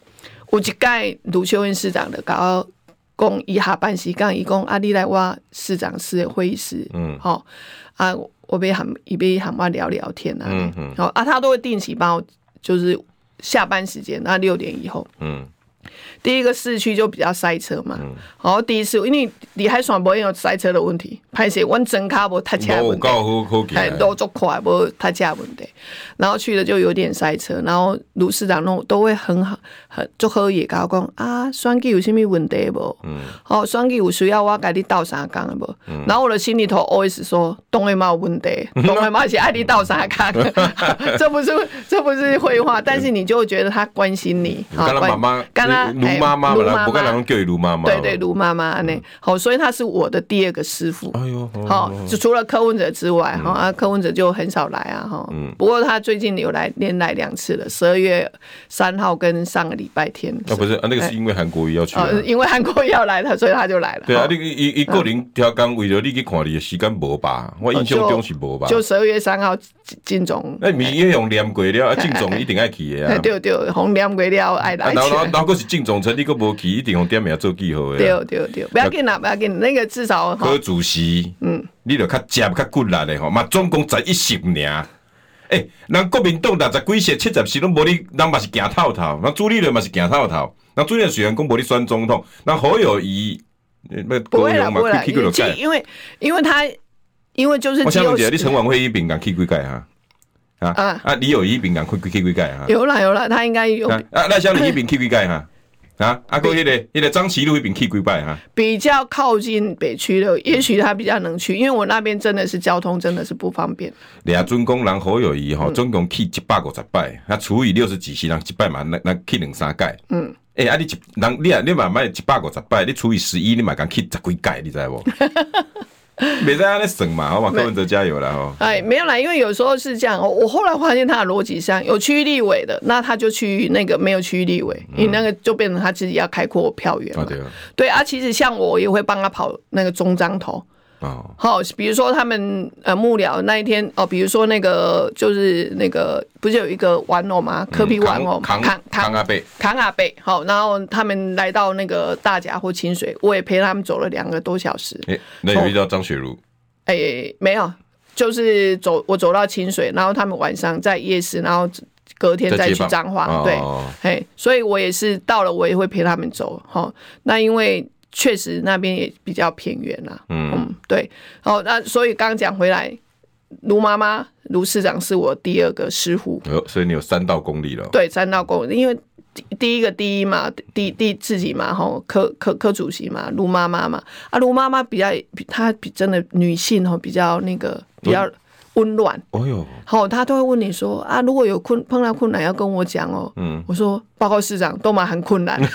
有一届卢秀燕市长的搞讲，伊下班时间，伊讲啊，你来我市长室的会议室，嗯，好、哦、啊，我要喊伊要喊我聊聊天啊，嗯嗯，好、哦、啊，他都会定期帮我，就是下班时间，那六点以后，嗯。第一个市区就比较塞车嘛，嗯、然后第一次因为离海线不会有塞车的问题，拍摄我真卡无塞车的问题，哎，都足快无塞车问题，然后去了就有点塞车，然后卢市长弄都会很好，很足好也甲我讲啊，选举有啥物问题无？嗯，哦，选举有需要我甲你斗相共的无？嗯、然后我的心里头 always 说，当然嘛有问题，当然嘛是爱你斗相共，这不是这不是废话，但是你就觉得他关心你， 跟他妈妈，跟他。卢妈妈嘛，不跟人叫卢妈妈。 对对，卢妈妈呢，好，所以他是我的第二个师傅。哎呦，好，就除了柯文哲之外，哈啊，柯文哲就很少来啊，哈。嗯。不过他最近有来，连来两次了，十二月三号跟上个礼拜天。 啊，不是啊，那个是因为韩国瑜要去。 哦，因为韩国瑜要来，他所以他就来了。 对啊，你一一个人挑工，为了你去看你的时间无吧？我印象中是无吧？ 就十二月三号进总。 那你也用念过了，进总一定爱去的啊。 对对，红念过了爱来。 然后然后是进总。你个无去，一定用点名做记号的。 对对对，不要紧啦，不要紧，那个至少。 柯主席，嗯，你就较接较骨力的吼，嘛总共才一十年。诶、欸，人国民党六十几岁、七十岁拢无你，人嘛是行透透，人朱立伦嘛是行透透，人朱立伦虽然讲无你选总统，人侯友宜， 那不会啦，不会啦，因为因为他因为就是我想问一下，你陈婉慧一饼敢去几届哈？啊啊啊！李友仪饼敢去去几届哈？ 有啦有啦，他应该有。 啊，赖香林一饼去几届哈？啊，啊，个迄个迄个张其禄那边去几摆哈？ 比较靠近北区的，也许他比较能去，因为我那边真的是交通真的是不方便。 俩准公人侯友宜吼，总共去一百五十摆，啊，除以六十几时人一摆嘛，那那去两三届。嗯。诶、欸，啊，你一人你啊，你嘛买一百五十摆，你除以十一，你嘛敢去十几届，你知无？没在那里省嘛，好嘛，柯文哲加油了哈！ 哎，没有啦，因为有时候是这样。我后来发现他的逻辑上有区域立委的，那他就去那个没有区域立委，嗯、你那个就变成他自己要开阔票源嘛。啊对, 对啊，其实像我也会帮他跑那个中彰投。哦，好，比如说他们呃幕僚那一天哦，比如说那个就是那个不是有一个玩偶吗？科比玩偶， 扛扛扛阿贝， 扛阿贝，好，然后他们来到那个大甲或清水，我也陪他们走了两个多小时。 哎、欸，那有遇到张雪茹？ 哎、欸，没有，就是走我走到清水，然后他们晚上在夜市，然后隔天再去彰化，对，哎、哦，所以我也是到了，我也会陪他们走，哈，那因为。确实那边也比较偏远啦，嗯嗯，对，好，那所以刚刚讲回来，卢妈妈、卢市长是我第二个师傅， 哦，所以你有三道功力了， 对，三道功力，因为第一个第一嘛，第第自己嘛，吼，柯柯柯主席嘛，卢妈妈嘛，啊，卢妈妈比较，她比真的女性吼，比较那个比较温暖，哦哟，好，她都会问你说啊，如果有困碰到困难要跟我讲哦，嗯，我说报告市长都蛮很困难。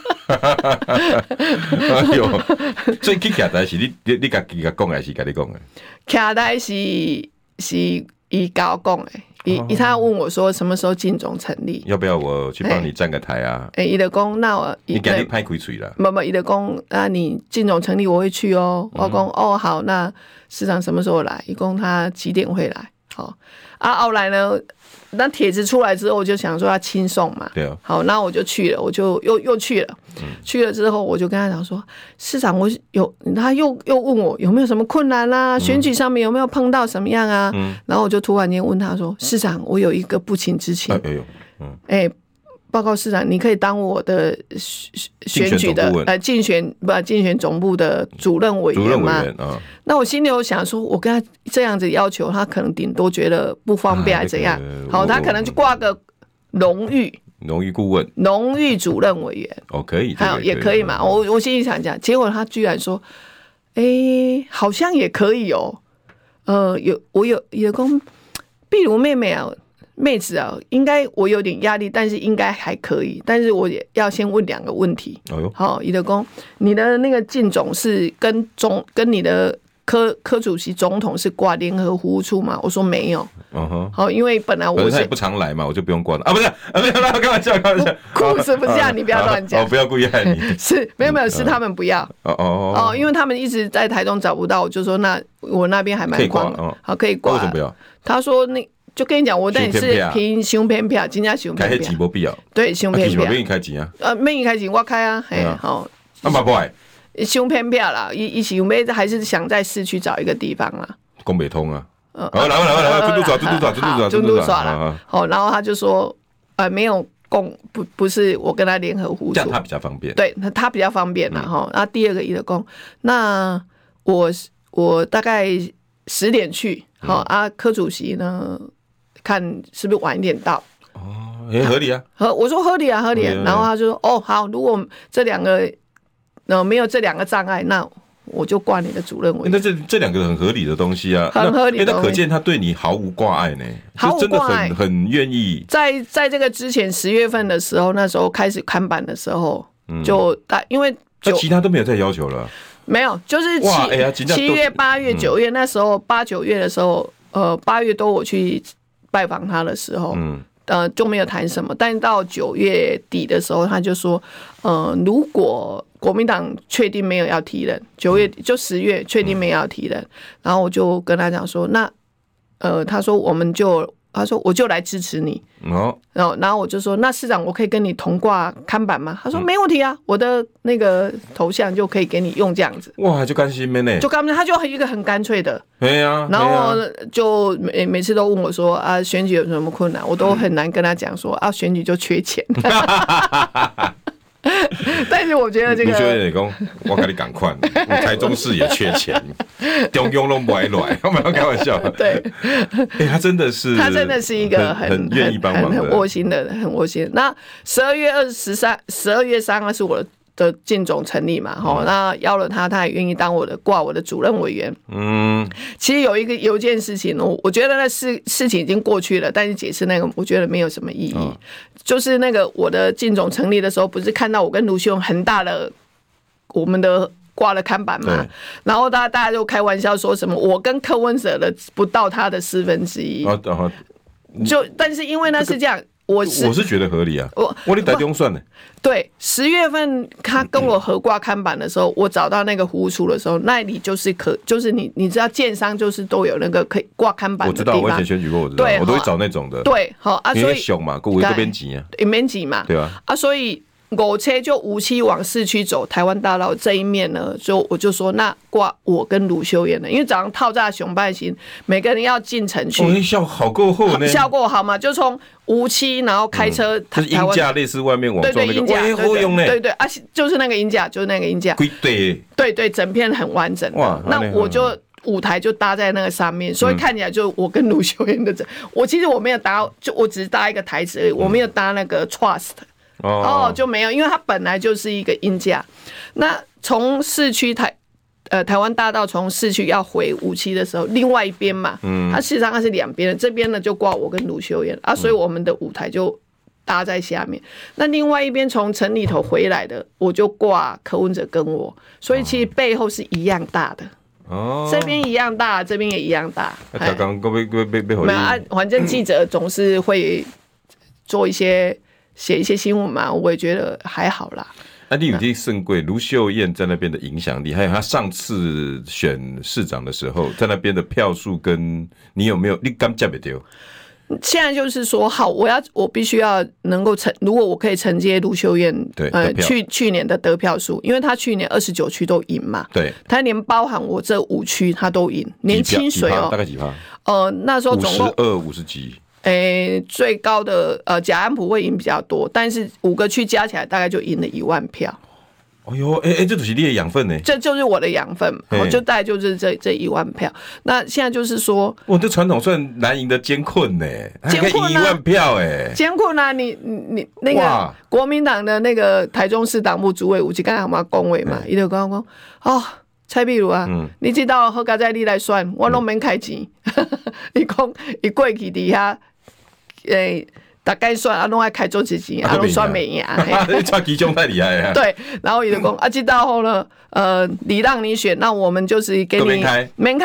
哎呦，所以去徛台是你你你家己甲讲还是甲你讲的？ 徛台是是伊甲我讲的，伊伊他问我说什么时候进总成立？ 要不要我去帮你站个台啊？ 哎、欸，伊就讲那我你今日歹开嘴啦？ 不不，伊就讲啊，你进总成立我会去哦。嗯、我讲哦好，那市长什么时候来？伊讲他几点会来？好啊，后来呢？那帖子出来之后，我就想说要亲送嘛， 对啊， 好，那我就去了，我就又又去了，嗯、去了之后，我就跟他讲说，市长，我有，他又又问我有没有什么困难啊，嗯、选举上面有没有碰到什么样啊？嗯、然后我就突然间问他说，市长，我有一个不情之请，哎呦，嗯，哎、欸。报告市长，你可以当我的选举的呃竞选不竞选总部的主任委员吗？哦、那我心里有想说，我跟他这样子要求，他可能顶多觉得不方便还是怎样？啊、好，他可能就挂个荣誉荣誉顾问、 荣誉主任委员哦，可以， 还有也可以嘛。我我心里想讲，结果他居然说，哎、欸，好像也可以哦。呃，有我有有公碧如妹妹啊。妹子啊，应该我有点压力，但是应该还可以。但是我也要先问两个问题。哦呦，好，伊德公，你的那个进总是跟总跟你的科科主席总统是挂联合服务处吗？我说没有。嗯哼，好，因为本来我是他也不常来嘛，我就不用挂了啊，不是啊，没有啦，开玩笑，开玩笑， 故事不是这样，你不要乱讲， 哦，不要故意害你， 是没有没有，是他们不要， 哦哦哦，因为他们一直在台中找不到，我就说那我那边还蛮宽，好可以挂， 为什么不要？ 他说那。 就跟你讲，我等于是凭胸偏票，真正胸偏票， 开钱无必要， 对，胸偏票， 不愿意开钱啊， 呃，不愿意开钱，我开啊，嘿，好， 啊嘛不爱， 胸偏票啦，一一起有没还是想在市区找一个地方啦， 讲不通啊，好，来来来来，尊嘟耍，尊嘟耍，尊嘟耍， 尊嘟耍啦，好，然后他就说，呃，没有。共不不是我跟他联合互助， 这样他比较方便。 对，他比较方便啦哈。那、嗯、第二个一的公，那我我大概十点去，好、嗯、啊，柯主席呢，看是不是晚一点到。 哦，也合理啊。 合我说合理啊，合理、啊。然后他就说，哦好，如果这两个呃没有这两个障碍，那。我就挂你的主任委员， 那这这两个很合理的东西啊， 很合理的东西。 那可见他对你毫无挂碍呢， 毫无挂碍， 就真的很很愿意。 在在这个之前十月份的时候，那时候开始看板的时候，嗯、就大因为那其他都没有再要求了， 没有，就是七哎、 七月、八月、九月、嗯、那时候八九月的时候，呃，八月多我去拜访他的时候，嗯。呃，就没有谈什么，但是到九月底的时候，他就说，呃，如果国民党确定没有要提人，九月底就十月确定没有要提人，然后我就跟他讲说，那，呃，他说我们就，他说我就来支持你，哦，然后然后我就说，那市长我可以跟你同挂看板吗？他说没问题啊，我的那个头像就可以给你用这样子。 哇，就甘心呢， 就甘心，他就一个很干脆的。 对呀、啊， 然后就每每次都问我说啊，选举有什么困难，我都很难跟他讲说啊，选举就缺钱。但是我觉得这个， 卢秀燕讲，我跟你赶快，台中市也缺钱，中央都不爱来，我没有开玩笑。 对， 哎、欸，他真的是， 他真的是一个很很愿意帮忙的、 很窝心的、很窝心。那十二月二十三，十二月三号是我的。的进总成立嘛，哈、嗯，那邀了他，他也愿意当我的挂我的主任委员。嗯，其实有一个有一件事情，我我觉得那事事情已经过去了，但是解释那个我觉得没有什么意义。嗯、就是那个我的进总成立的时候，不是看到我跟卢秀燕很大的我们的挂了看板嘛，然后大家大家就开玩笑说什么我跟柯文哲的不到他的四分之一。哦哦、就但是因为那是这样。這個我是我是觉得合理啊，我我你台中算了。 对，十月份他跟我合挂看板的时候，我找到那个服务处的时候，那里就是可，就是你你知道，建商就是都有那个可以挂看板的地方。 我知道，我以前选举过，我知道，我都会找那种的。 对，好啊，所以熊嘛，各位这边挤啊， 也免挤嘛， 对啊， 啊，所以。五车就无期往市区走，台湾大道这一面呢，就我就说那挂我跟卢秀燕的，因为早上套炸熊拜行，每个人要进城去， 哦，效好够厚呢， 效果好嘛，就从无期然后开车， 嗯、就是鹰架类似外面网状那个， 对对，对对对对啊，就是那个鹰架，就是那个鹰架， 对对对，整片很完整的，那我就。舞台就搭在那个上面，所以看起来就我跟卢秀燕的，我其实我没有搭，就我只是搭一个台子而已，我没有搭那个 trust。哦, 哦，就没有，因为它本来就是一个鹰架。那从市区台呃台湾大道从市区要回五期的时候，另外一边嘛，嗯，它事实上它是两边的，这边呢就挂我跟卢秀燕啊，所以我们的舞台就搭在下面。那另外一边从城里头回来的，我就挂柯文哲跟我，所以其实背后是一样大的。哦，这边一样大，这边也一样大。 刚刚被被被被没有啊，反正记者总是会做一些。写一些新闻嘛，我也觉得还好啦。 那你有听胜贵卢秀燕在那边的影响力，还有他上次选市长的时候，在那边的票数，跟你有没有你敢接不掉？ 现在就是说，好，我要我必须要能够承，如果我可以承接卢秀燕呃去去年的得票数，因为他去年二十九区都赢嘛， 对， 他连包含我这五区他都赢，连清水哦， 大概几趴？ 呃，那时候总共五十二、五十几。 诶，最高的呃，贾安普会赢比较多，但是五个区加起来大概就赢了一万票。 哎呦，哎哎，这就是你的养分呢， 这就是我的养分，我就大概就是这这一万票。那现在就是说， 哇，这传统算蓝营的艰困呢， 艰困啊， 一万票哎， 艰困啊！你你你那个国民党的那个台中市党部主委，我就刚才嘛讲话嘛，伊就讲讲哦。蔡壁如啊，嗯、你知道好佳在你来算，我拢免开钱。伊讲伊过去底下，诶、欸，大概算啊，拢爱开做自己，啊，拢算没赢。 你抓其中太厉害啊！ 对，然后伊就讲啊，知道后呢，呃，你让你选，那我们就是给你免开啊，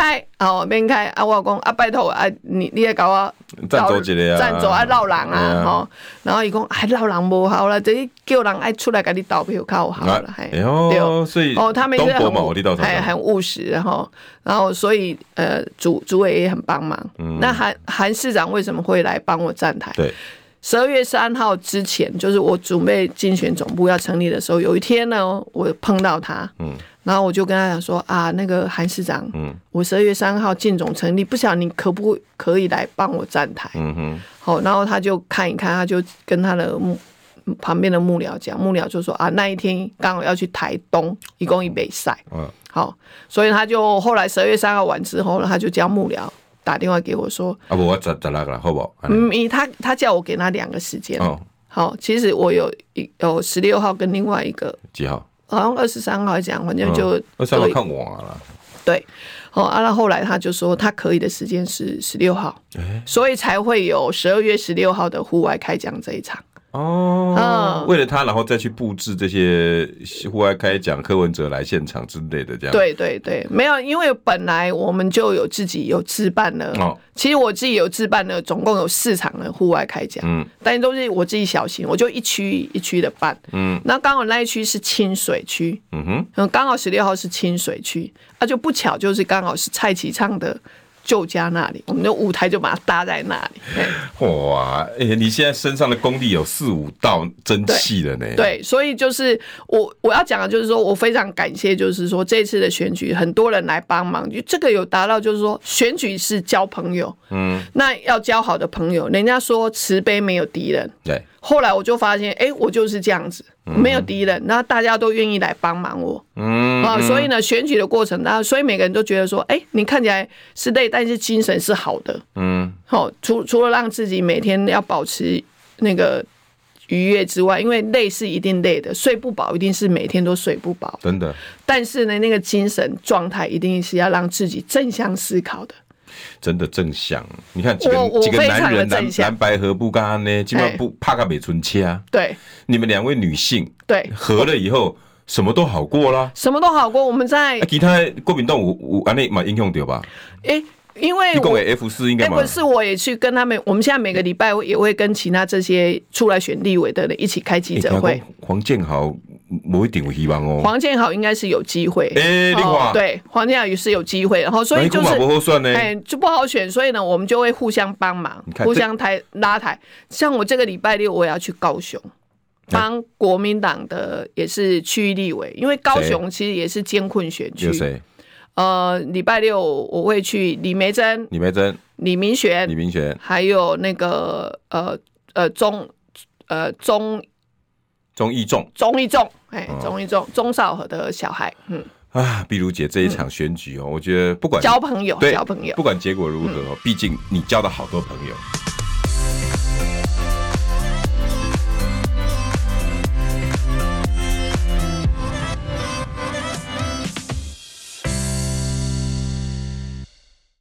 哦，免开啊，我讲啊，拜托啊，你你也搞我赞助一个啊， 赞助啊，绕人啊，吼，然后伊讲哎，绕人无好啦，这叫人爱出来给你投票较好啦， 哎呦，所以哦，他们也很还很务实，然后然后所以呃，主主委也很帮忙。嗯、那韩韩市长为什么会来帮我站台？ 对。 十二月三号之前，就是我准备竞选总部要成立的时候，有一天呢，我碰到他，嗯，然后我就跟他讲说啊，那个韩市长，嗯，我十二月三号竞总成立，不晓得你可不可以来帮我站台？嗯哼，好，然后他就看一看，他就跟他的幕旁边的幕僚讲，幕僚就说啊，那一天刚好要去台东，一共一北赛，嗯，好，所以他就后来十二月三号完之后呢，他就叫幕僚打电话给我说啊，不，我十十六个好不好？ 嗯，他他叫我给他两个时间。哦，好，其实我有有十六号跟另外一个几号？ 好像二十三号讲，反正就二十三号看晚了。 对，哦，啊，那后来他就说他可以的时间是十六号，欸、所以才会有十二月十六号的户外开讲这一场。 哦，嗯，为了他，然后再去布置这些户外开讲，柯文哲来现场之类的，这样。 对对对，没有，因为本来我们就有自己有自办了，哦，其实我自己有自办了，总共有四场的户外开讲，嗯，但都是我自己小型，我就一区一区的办，嗯，那刚好那一区是清水区，嗯哼，刚好十六号是清水区，啊，就不巧就是刚好是蔡其昌的旧家那里，我们的舞台就把它搭在那里。 哇，欸，你现在身上的功力有四五道真气了呢。 对，所以就是我我要讲的就是说，我非常感谢，就是说这次的选举很多人来帮忙，就这个有达到，就是说选举是交朋友，嗯，那要交好的朋友。人家说慈悲没有敌人，对。后来我就发现，哎，欸，我就是这样子，没有敌人，然后大家都愿意来帮忙我，嗯啊，所以呢，选举的过程，然后所以每个人都觉得说，哎，欸，你看起来是累，但是精神是好的，嗯，好，除除了让自己每天要保持那个愉悦之外，因为累是一定累的，睡不饱一定是每天都睡不饱， 真的。 但是呢，那个精神状态一定是要让自己正向思考的。 真的正向，你看几个几个男人蓝蓝白合不干呢，基本上不怕个美春掐。 对， 你们两位女性对合了以后，什么都好过啦， 什么都好过。我们在、 啊、其他国民党有有安尼嘛影响到吧？ 哎、欸。因为你讲的 F 四应该嘛 ，F 四我也去跟他们，我们现在每个礼拜也会跟其他这些出来选立委的人一起开记者会。欸、 黄建豪不一定有希望哦。 黄建豪应该是有机会。 哎、欸，你看、哦， 对，黄建豪也是有机会，然后所以就是，哎、欸，就不好选，所以呢，我们就会互相帮忙，互相抬拉抬。像我这个礼拜六我也要去高雄。帮国民党的也是区域立委，因为高雄其实也是艰困选区。 有谁？ 呃，礼拜六我会去李眉臻、 李眉臻、 李明玄、 李明玄， 还有那个呃呃钟呃钟钟义仲、 钟义仲，哎，钟义仲、钟少和的小孩，嗯啊，碧如姐这一场选举哦，嗯、我觉得不管交朋友，交朋友， 不管结果如何，毕竟你交了好多朋友。